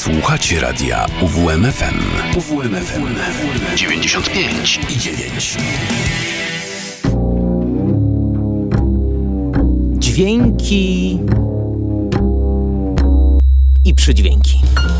Słuchacie radia UWMFM. UWMFM 95,9. Dźwięki i przydźwięki.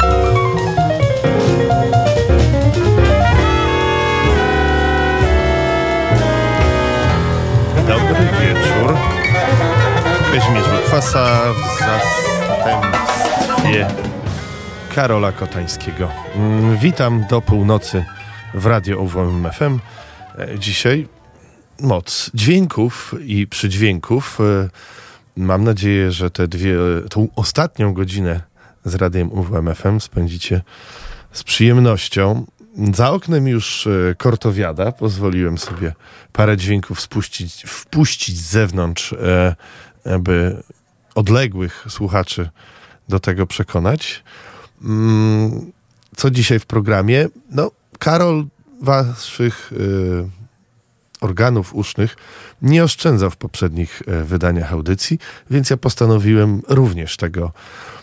Dobry wieczór. Kazimierz Łykwasa w zastępstwie Karola Kotańskiego. Witam do północy w Radio UWMFM. Dzisiaj moc dźwięków i przydźwięków. Mam nadzieję, że tą ostatnią godzinę z Radiem UWMFM spędzicie z przyjemnością. Za oknem już kortowiada. Pozwoliłem sobie parę dźwięków wpuścić z zewnątrz, aby odległych słuchaczy do tego przekonać. Co dzisiaj w programie? No, Karol waszych organów usznych nie oszczędzał w poprzednich wydaniach audycji, więc ja postanowiłem również tego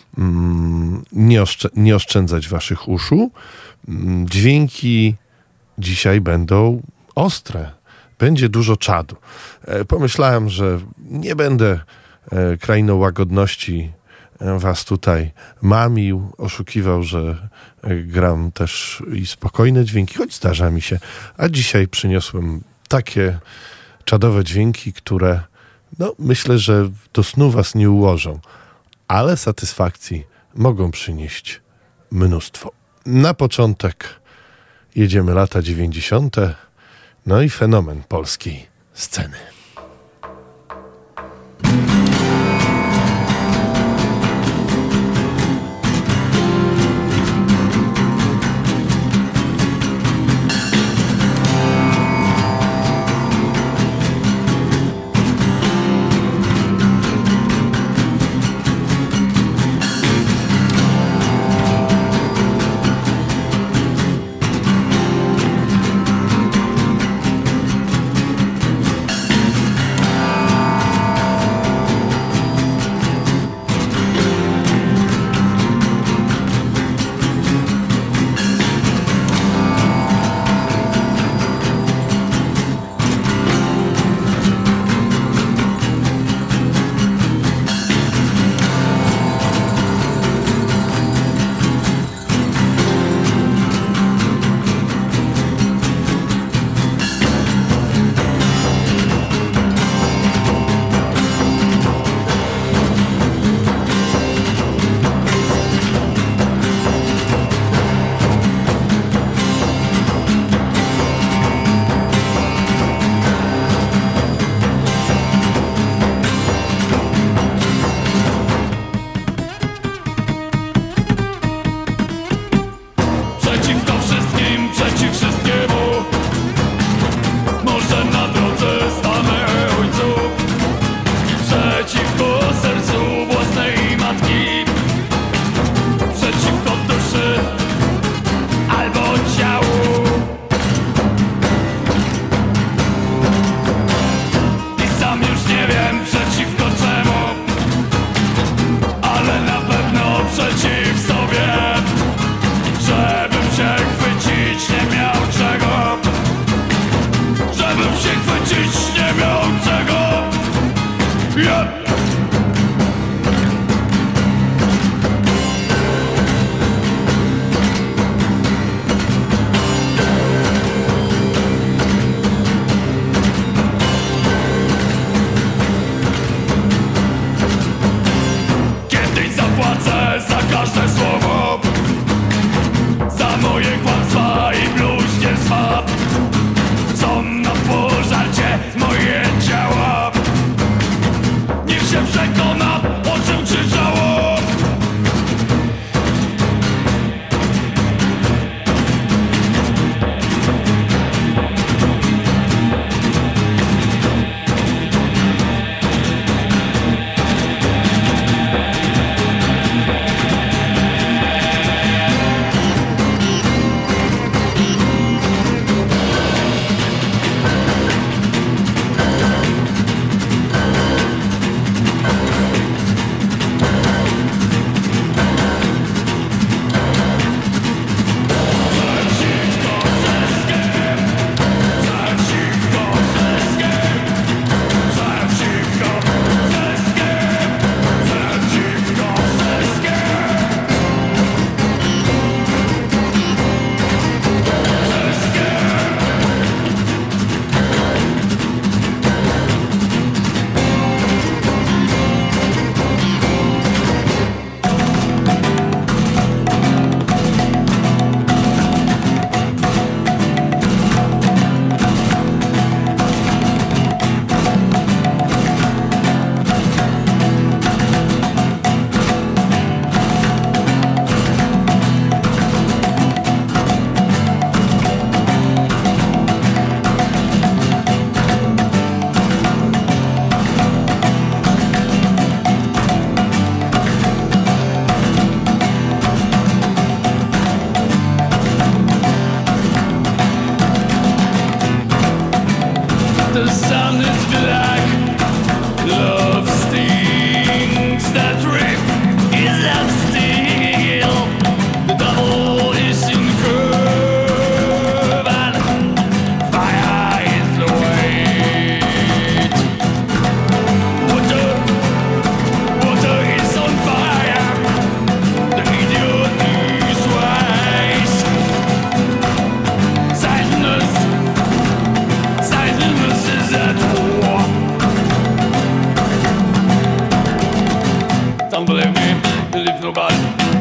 nie oszczędzać waszych uszu. Dźwięki dzisiaj będą ostre. Będzie dużo czadu. Pomyślałem, że nie będę krainą łagodności was tutaj mamił, oszukiwał, że gram też i spokojne dźwięki, choć zdarza mi się. A dzisiaj przyniosłem takie czadowe dźwięki, które myślę, że do snu was nie ułożą, ale satysfakcji mogą przynieść mnóstwo. Na początek jedziemy lata 90. No i fenomen polskiej sceny.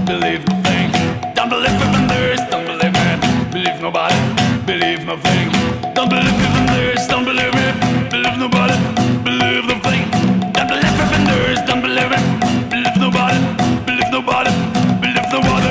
believe nothing. Don't believe even this, don't believe it. Believe nobody, believe nothing. Don't believe even this, don't believe it. Believe nobody, believe nothing. Don't believe even this, don't believe it. Believe nobody, believe nobody, believe nobody.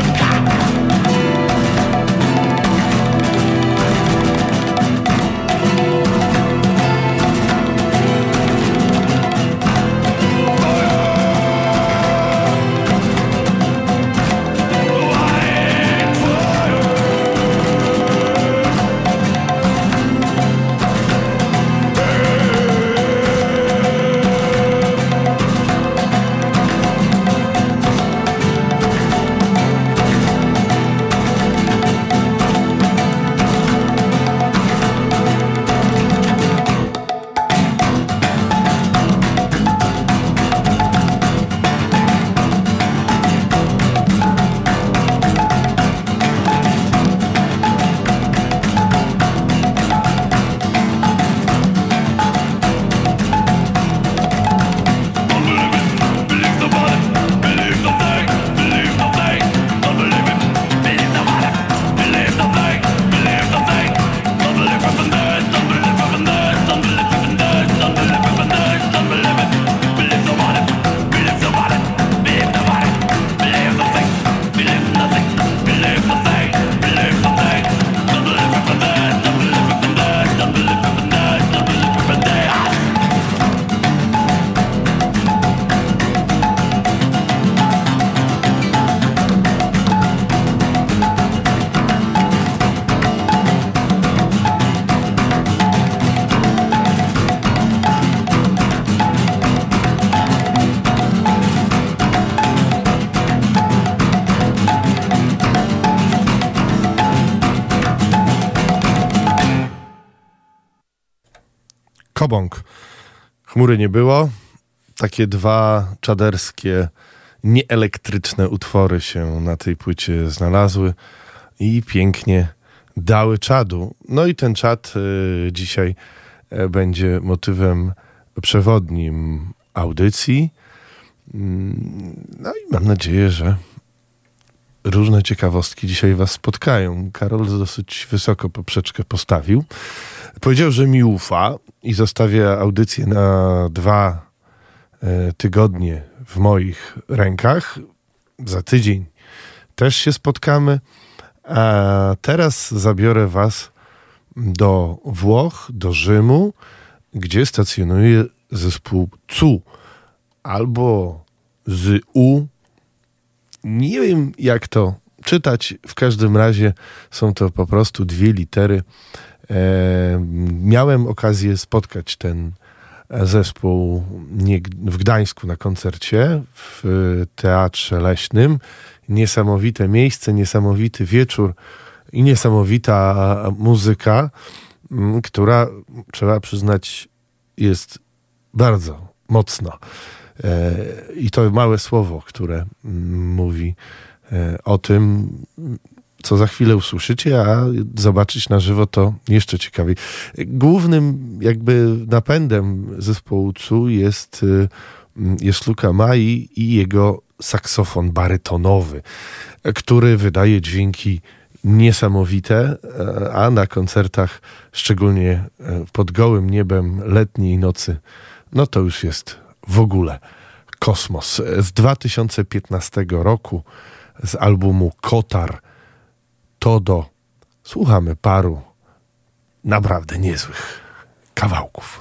Kobąk. Chmury nie było. Takie dwa czaderskie, nieelektryczne utwory się na tej płycie znalazły i pięknie dały czadu. No i ten czad dzisiaj będzie motywem przewodnim audycji. No i mam nadzieję, że różne ciekawostki dzisiaj was spotkają. Karol dosyć wysoko poprzeczkę postawił. Powiedział, że mi ufa i zostawia audycję na 2 tygodnie w moich rękach. Za tydzień też się spotkamy. A teraz zabiorę was do Włoch, do Rzymu, gdzie stacjonuje zespół CU albo ZU. Nie wiem, jak to czytać. W każdym razie są to po prostu 2 litery. Miałem okazję spotkać ten zespół w Gdańsku na koncercie w Teatrze Leśnym. Niesamowite miejsce, niesamowity wieczór i niesamowita muzyka, która, trzeba przyznać, jest bardzo mocna. I to małe słowo, które mówi o tym, co za chwilę usłyszycie, a zobaczyć na żywo to jeszcze ciekawiej. Głównym jakby napędem zespołu CU jest Luca Mai i jego saksofon barytonowy, który wydaje dźwięki niesamowite, a na koncertach, szczególnie pod gołym niebem letniej nocy, no to już jest w ogóle kosmos. Z 2015 roku z albumu Kotar Todo słuchamy paru naprawdę niezłych kawałków.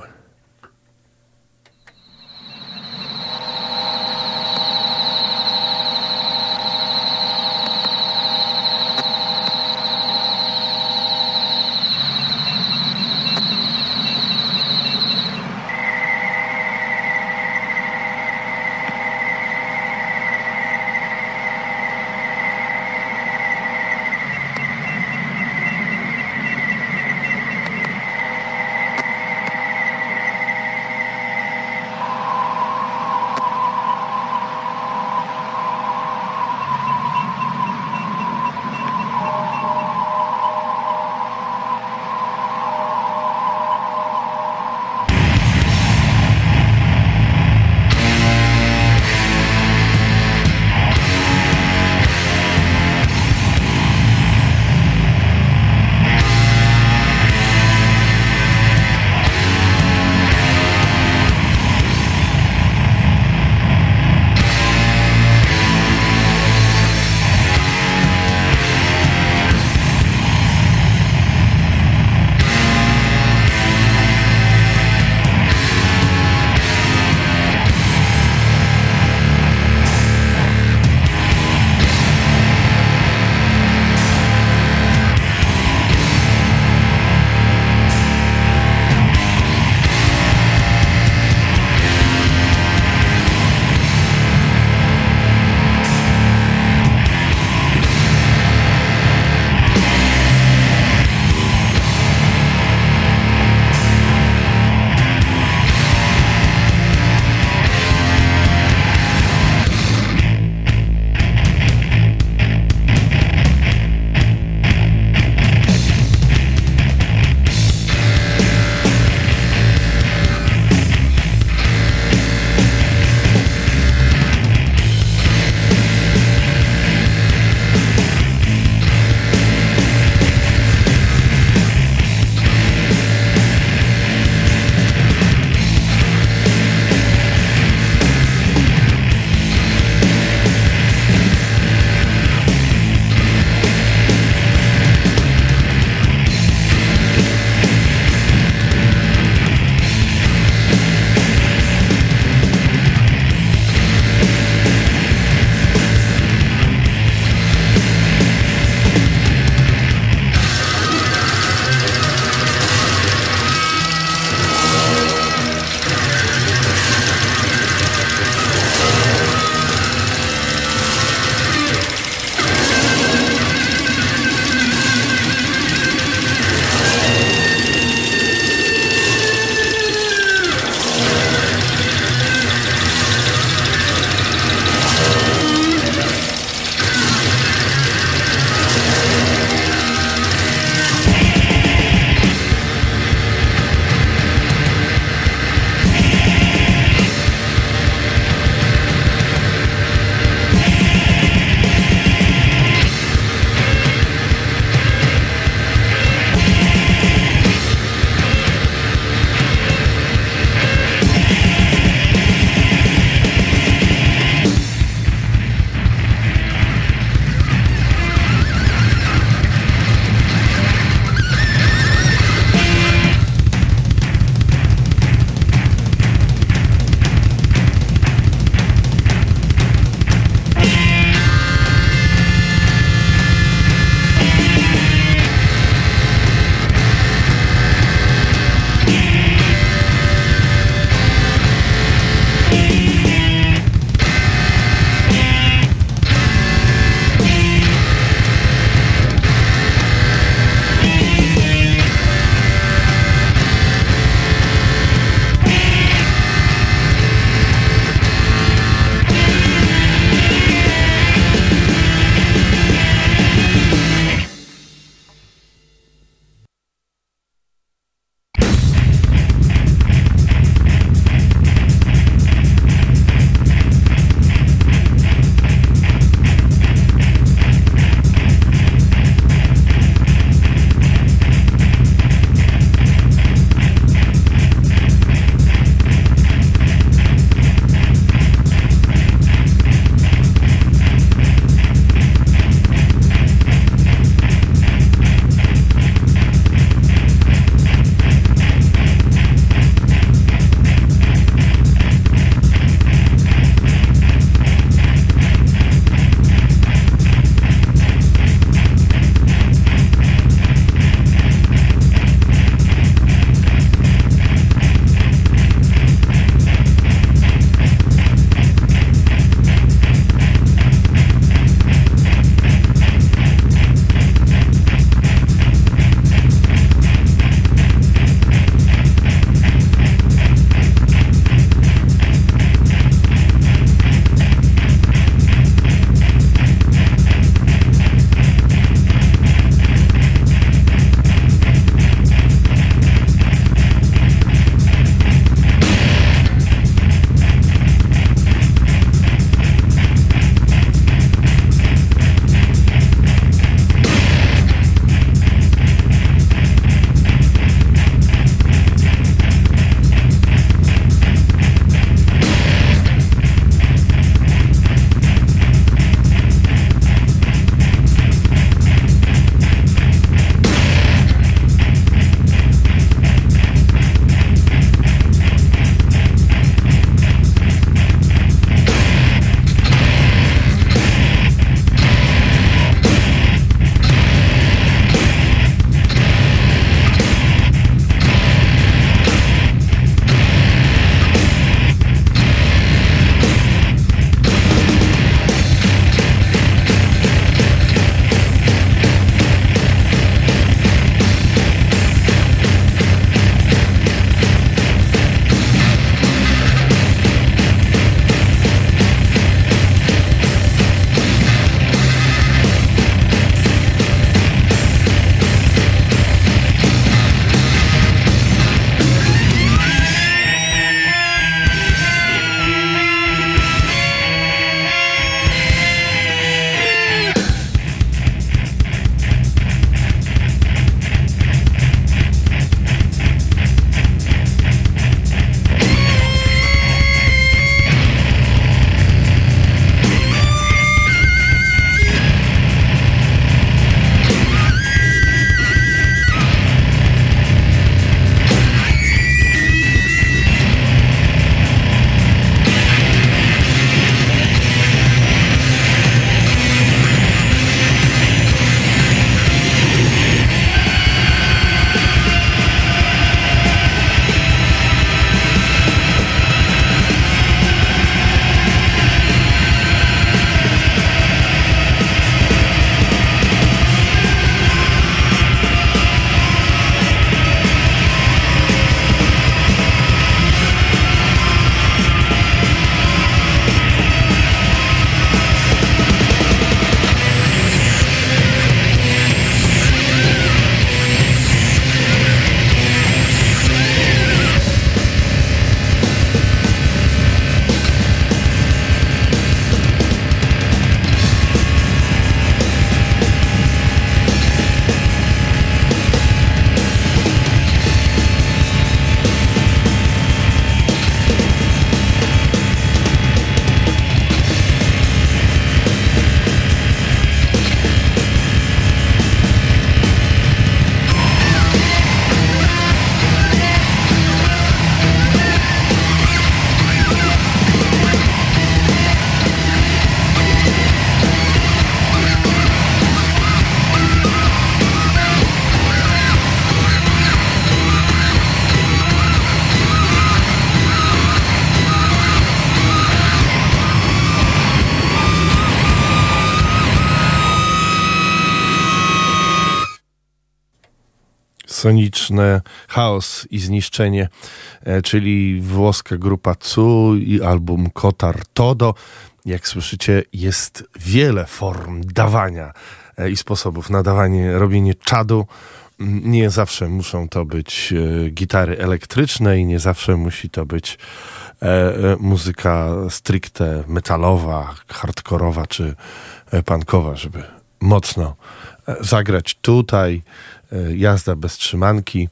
soniczne chaos i zniszczenie, czyli włoska grupa Cu i album Kotar Todo. Jak słyszycie, jest wiele form dawania i sposobów na dawanie, robienie czadu. Nie zawsze muszą to być gitary elektryczne i nie zawsze musi to być muzyka stricte metalowa, hardkorowa czy punkowa, żeby mocno zagrać tutaj. Jazda bez trzymanki.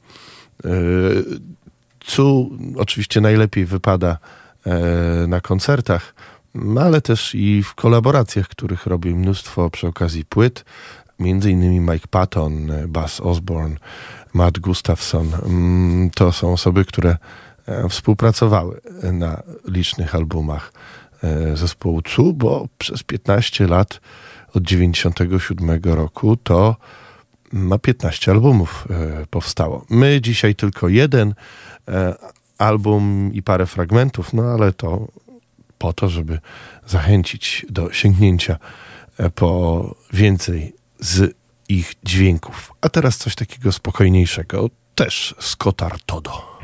Cu oczywiście najlepiej wypada na koncertach, ale też i w kolaboracjach, których robi mnóstwo przy okazji płyt. Między innymi Mike Patton, Buzz Osborne, Matt Gustafson. To są osoby, które współpracowały na licznych albumach zespołu Cu, bo przez 15 lat od 97 roku to 15 albumów powstało. My dzisiaj tylko jeden album i parę fragmentów, no ale to po to, żeby zachęcić do sięgnięcia po więcej z ich dźwięków. A teraz coś takiego spokojniejszego, też z Kotar Todo.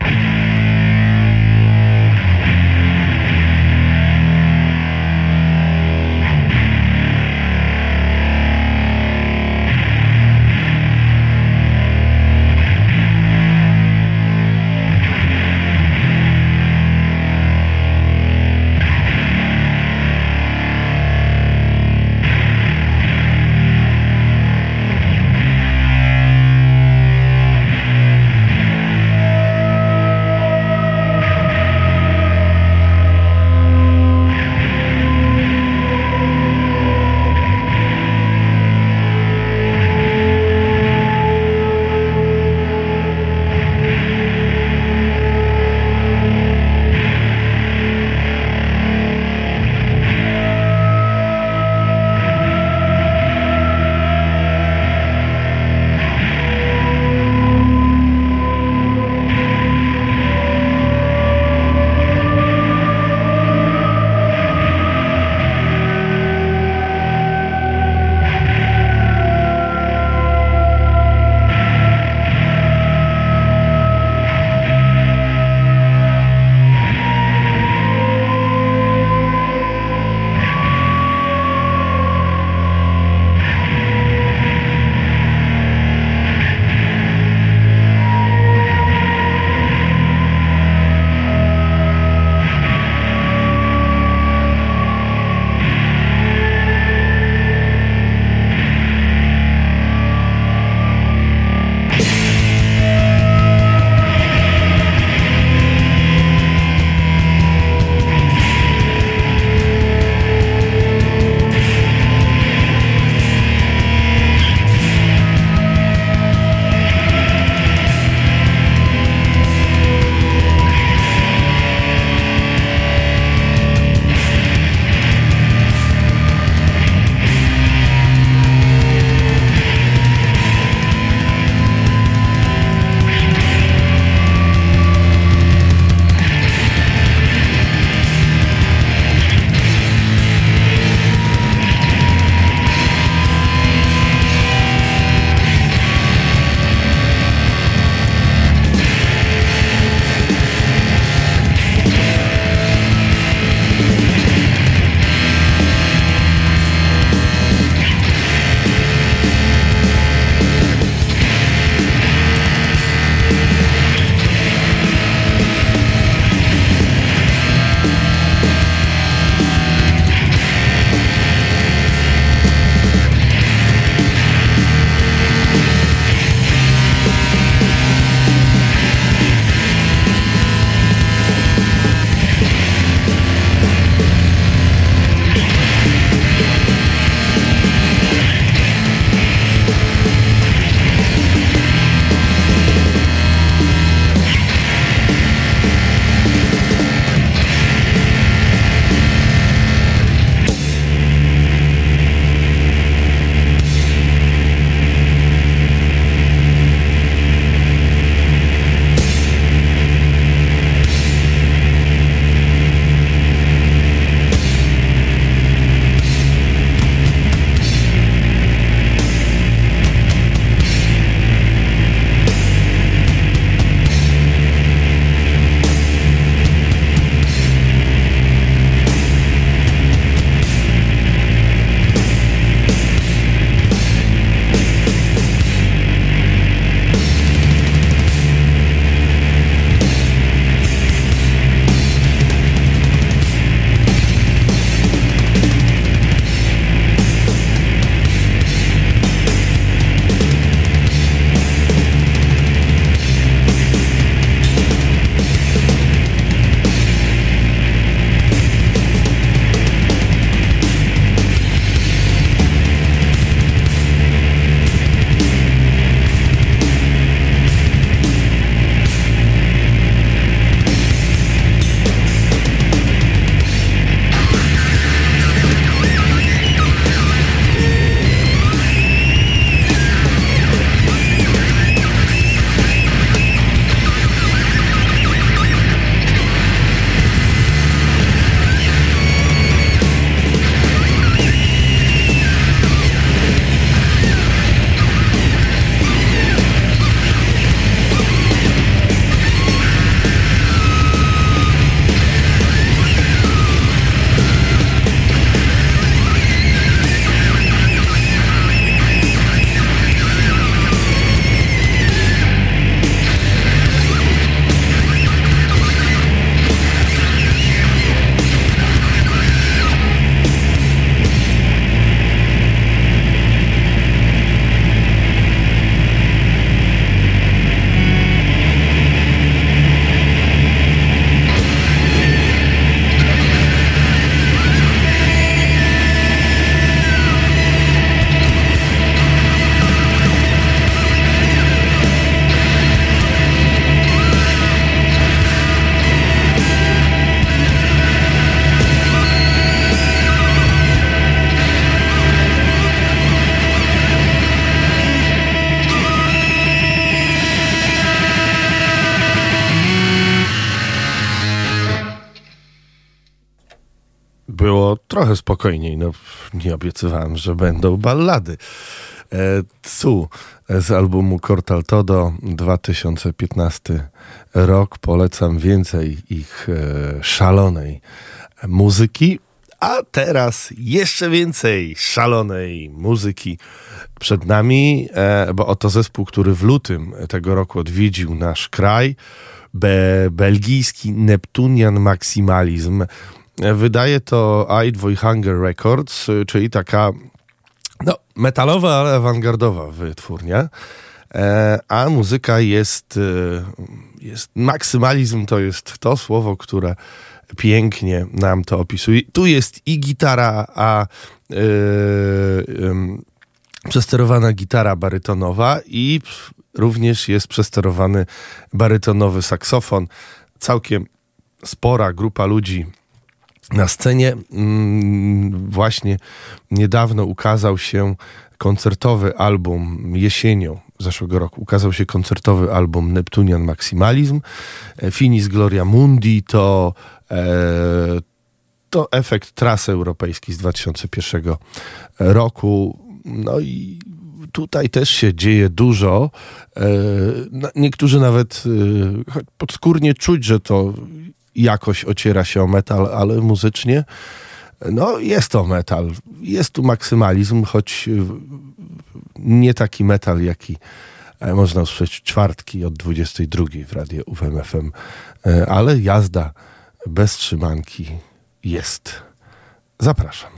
trochę spokojniej. No, nie obiecywałem, że będą ballady. Tsu z albumu Cortal Todo 2015 rok. Polecam więcej ich szalonej muzyki. A teraz jeszcze więcej szalonej muzyki przed nami, bo oto zespół, który w lutym tego roku odwiedził nasz kraj, belgijski Neptunian Maximalism. Wydaje to Eidvoy Hunger Records, czyli taka metalowa, ale awangardowa wytwórnia. A muzyka jest maksymalizm, to jest to słowo, które pięknie nam to opisuje. Tu jest i gitara, a przesterowana gitara barytonowa i również jest przesterowany barytonowy saksofon. Całkiem spora grupa ludzi na scenie. Właśnie niedawno ukazał się koncertowy album jesienią zeszłego roku. Ukazał się koncertowy album Neptunian Maximalism. Finis Gloria Mundi to efekt trasy europejskiej z 2001 roku. No i tutaj też się dzieje dużo. Niektórzy nawet podskórnie czuć, że to jakoś ociera się o metal, ale muzycznie jest to metal. Jest tu maksymalizm, choć nie taki metal, jaki można usłyszeć czwartki od 22 w Radio UWMFM, ale jazda bez trzymanki jest. Zapraszam.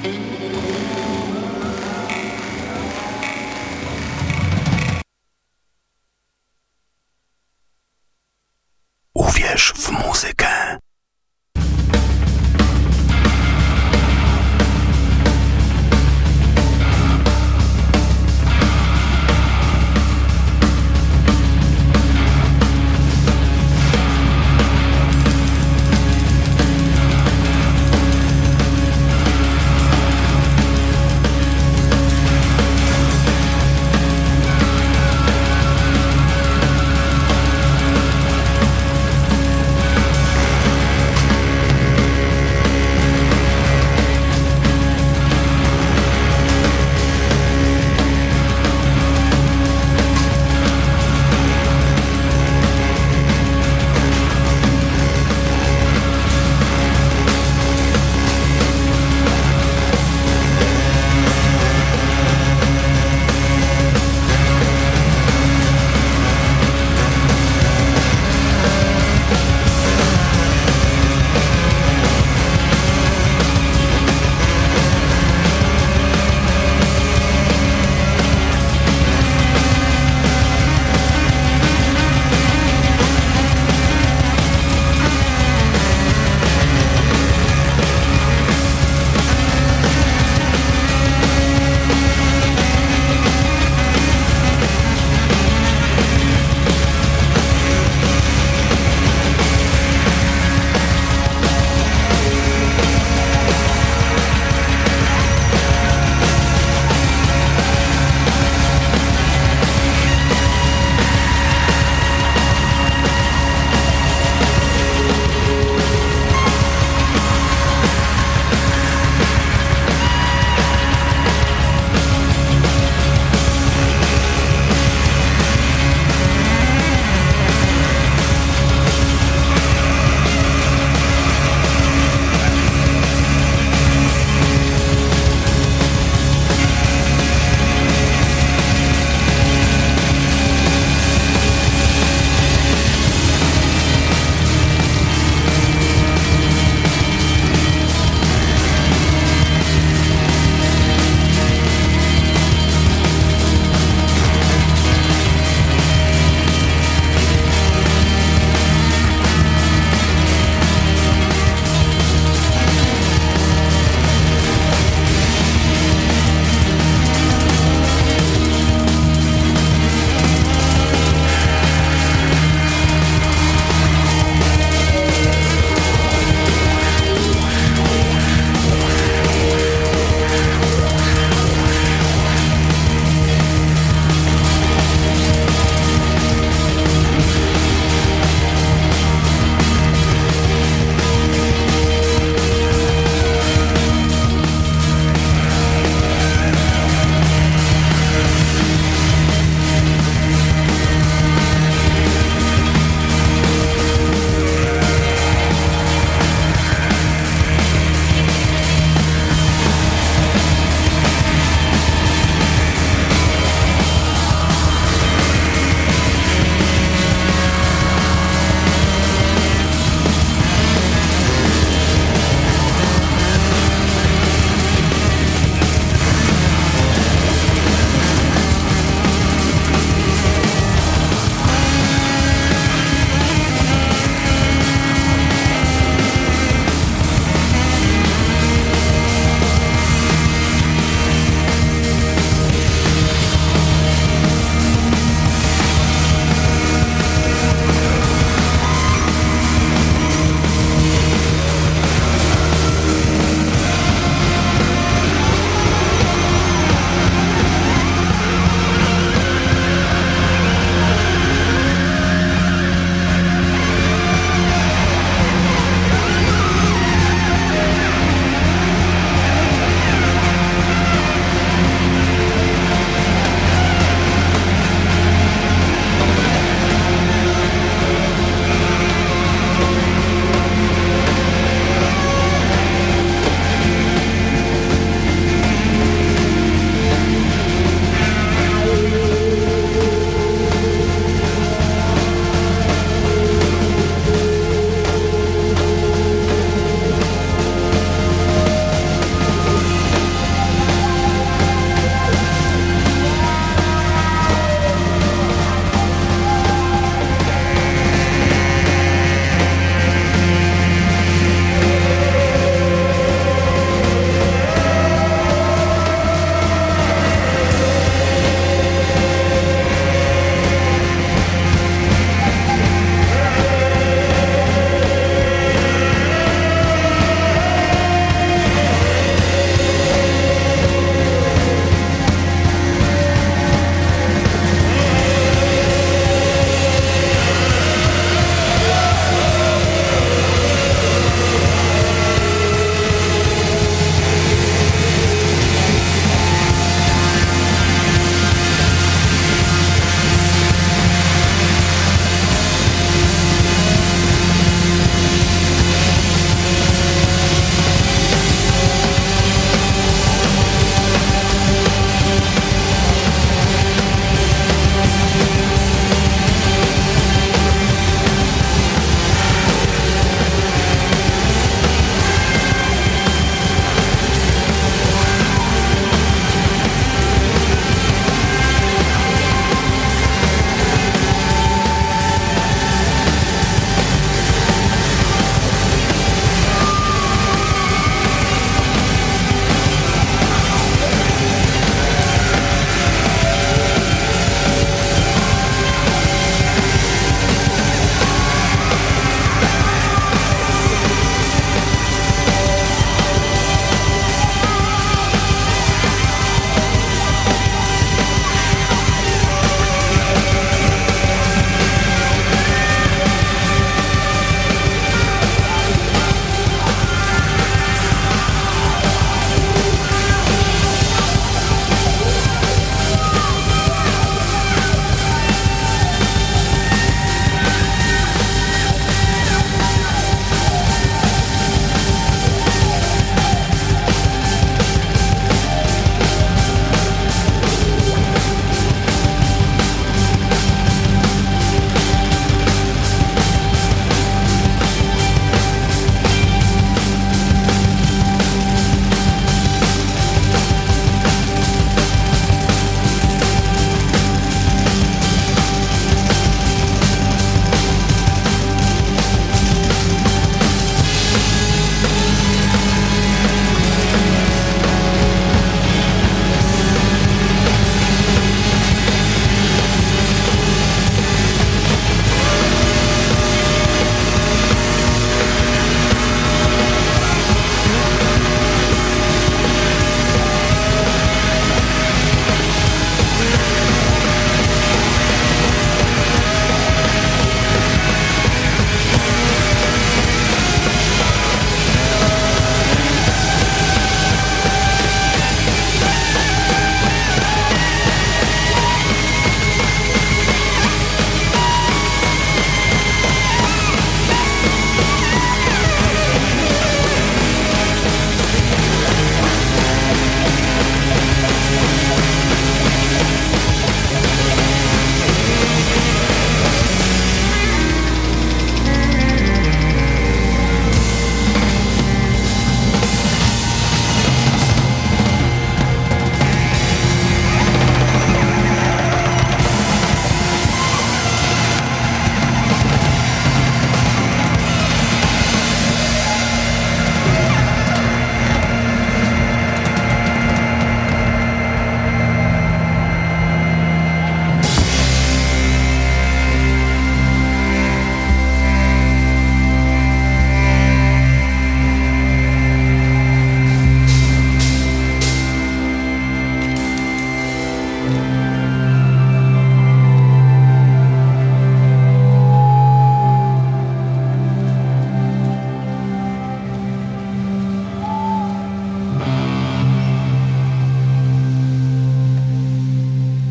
Uwierz w muzykę.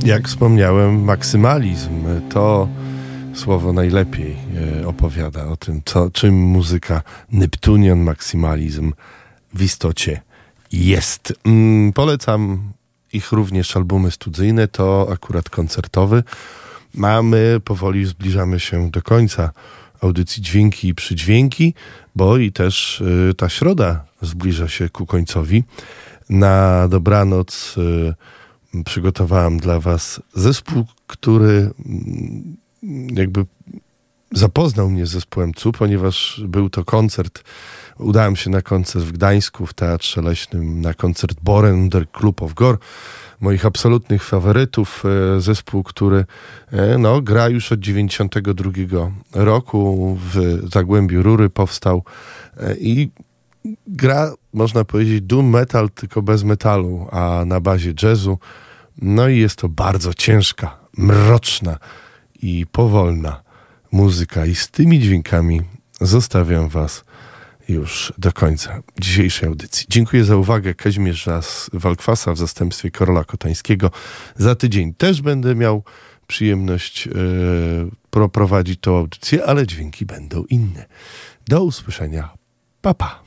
Jak wspomniałem, maksymalizm to słowo najlepiej opowiada o tym, czym muzyka Neptunian Maximalizm w istocie jest. Polecam ich również albumy studyjne, to akurat koncertowy. Powoli zbliżamy się do końca audycji Dźwięki i Przydźwięki, bo i też ta środa zbliża się ku końcowi. Na dobranoc przygotowałem dla was zespół, który jakby zapoznał mnie z zespołem CU, ponieważ był to koncert. Udałem się na koncert w Gdańsku w Teatrze Leśnym, na koncert Boren Club of Gore, moich absolutnych faworytów. Zespół, który gra już od 92 roku, w Zagłębiu Rury powstał i gra, można powiedzieć, doom metal, tylko bez metalu, a na bazie jazzu. No i jest to bardzo ciężka, mroczna i powolna muzyka. I z tymi dźwiękami zostawiam was już do końca dzisiejszej audycji. Dziękuję za uwagę. Kazimierz Walkwasa w zastępstwie Karola Kotańskiego. Za tydzień też będę miał przyjemność prowadzić tą audycję, ale dźwięki będą inne. Do usłyszenia. Pa, pa.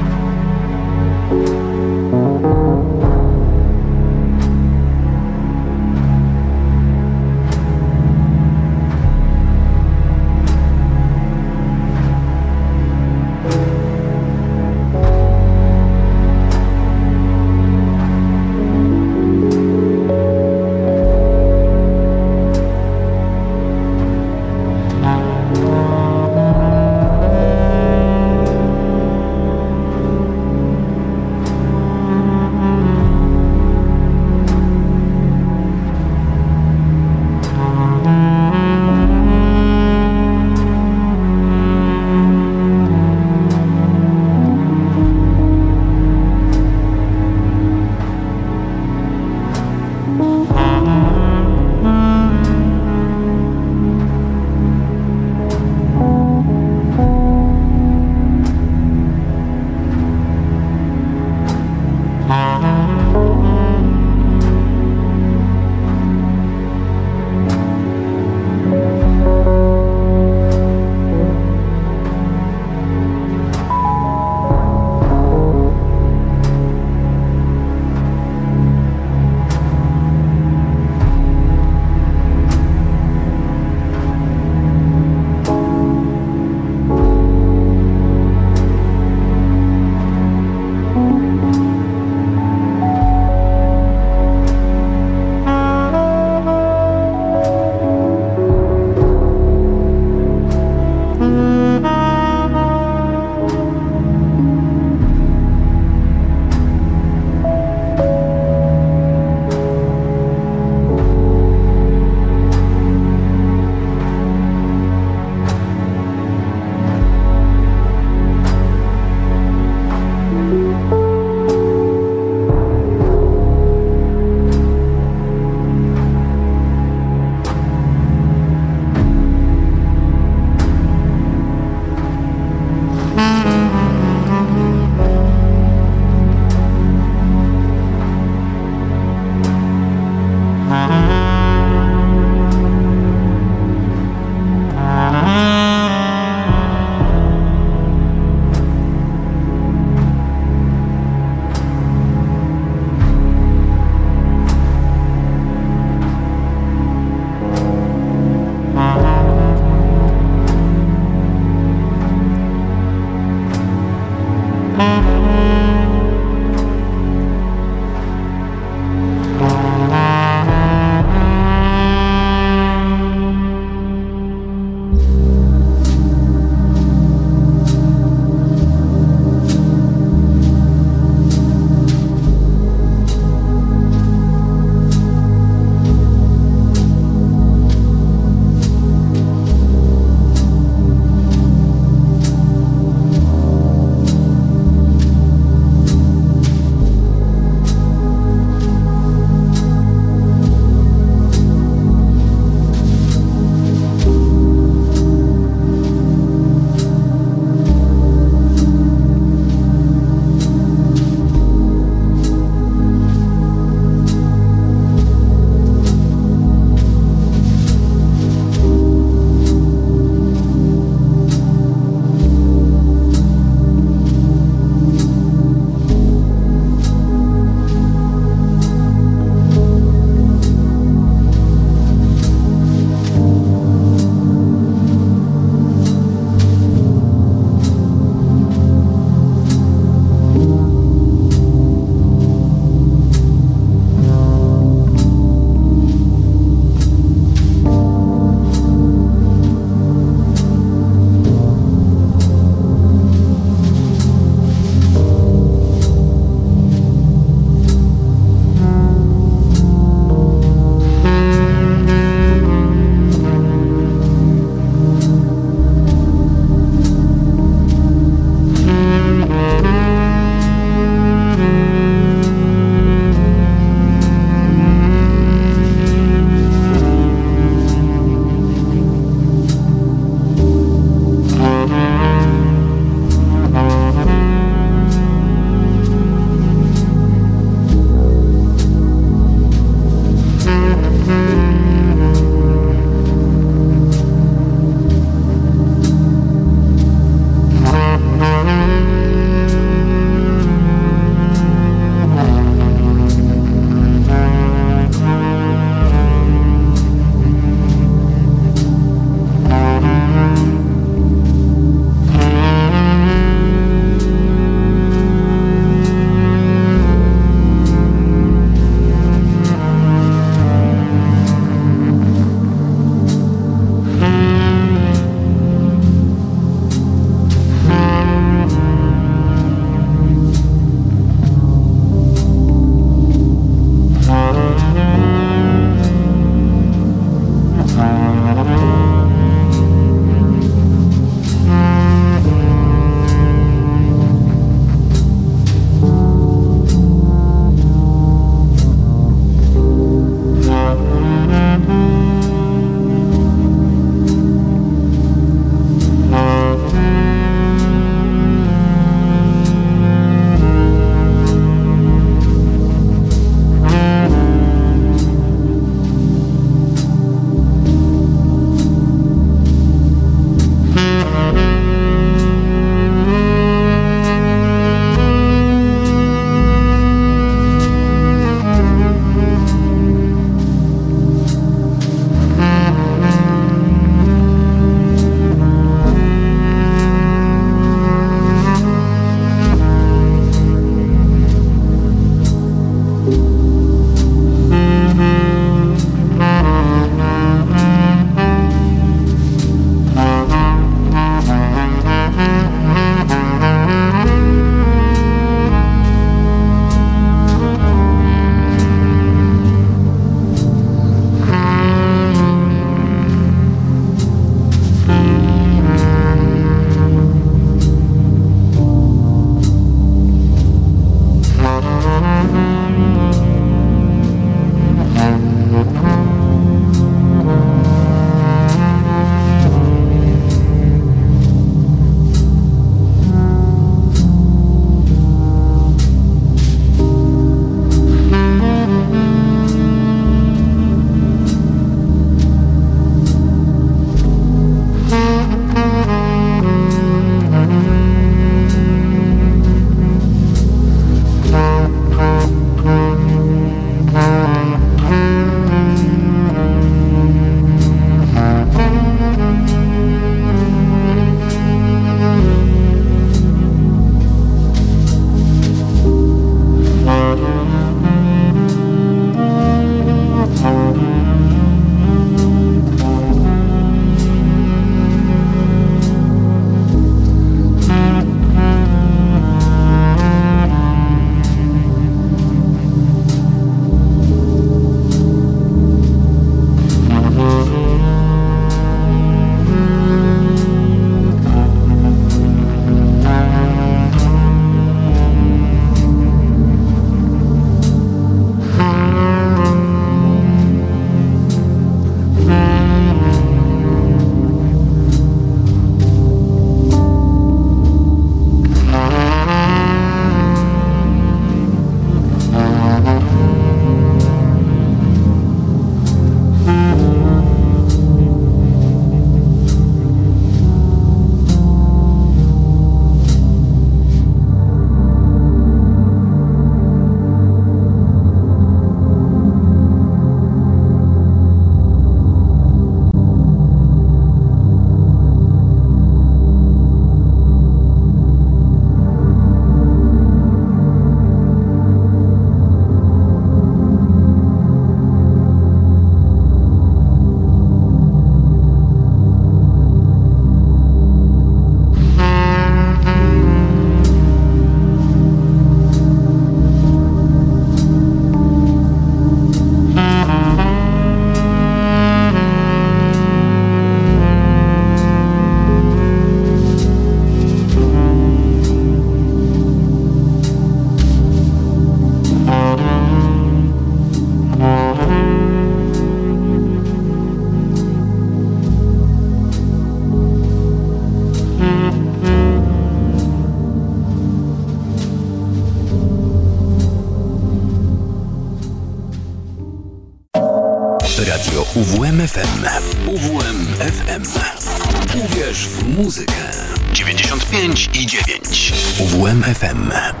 Radio UWMFM. UWMFM. Uwierz w muzykę. 95,9. UWMFM.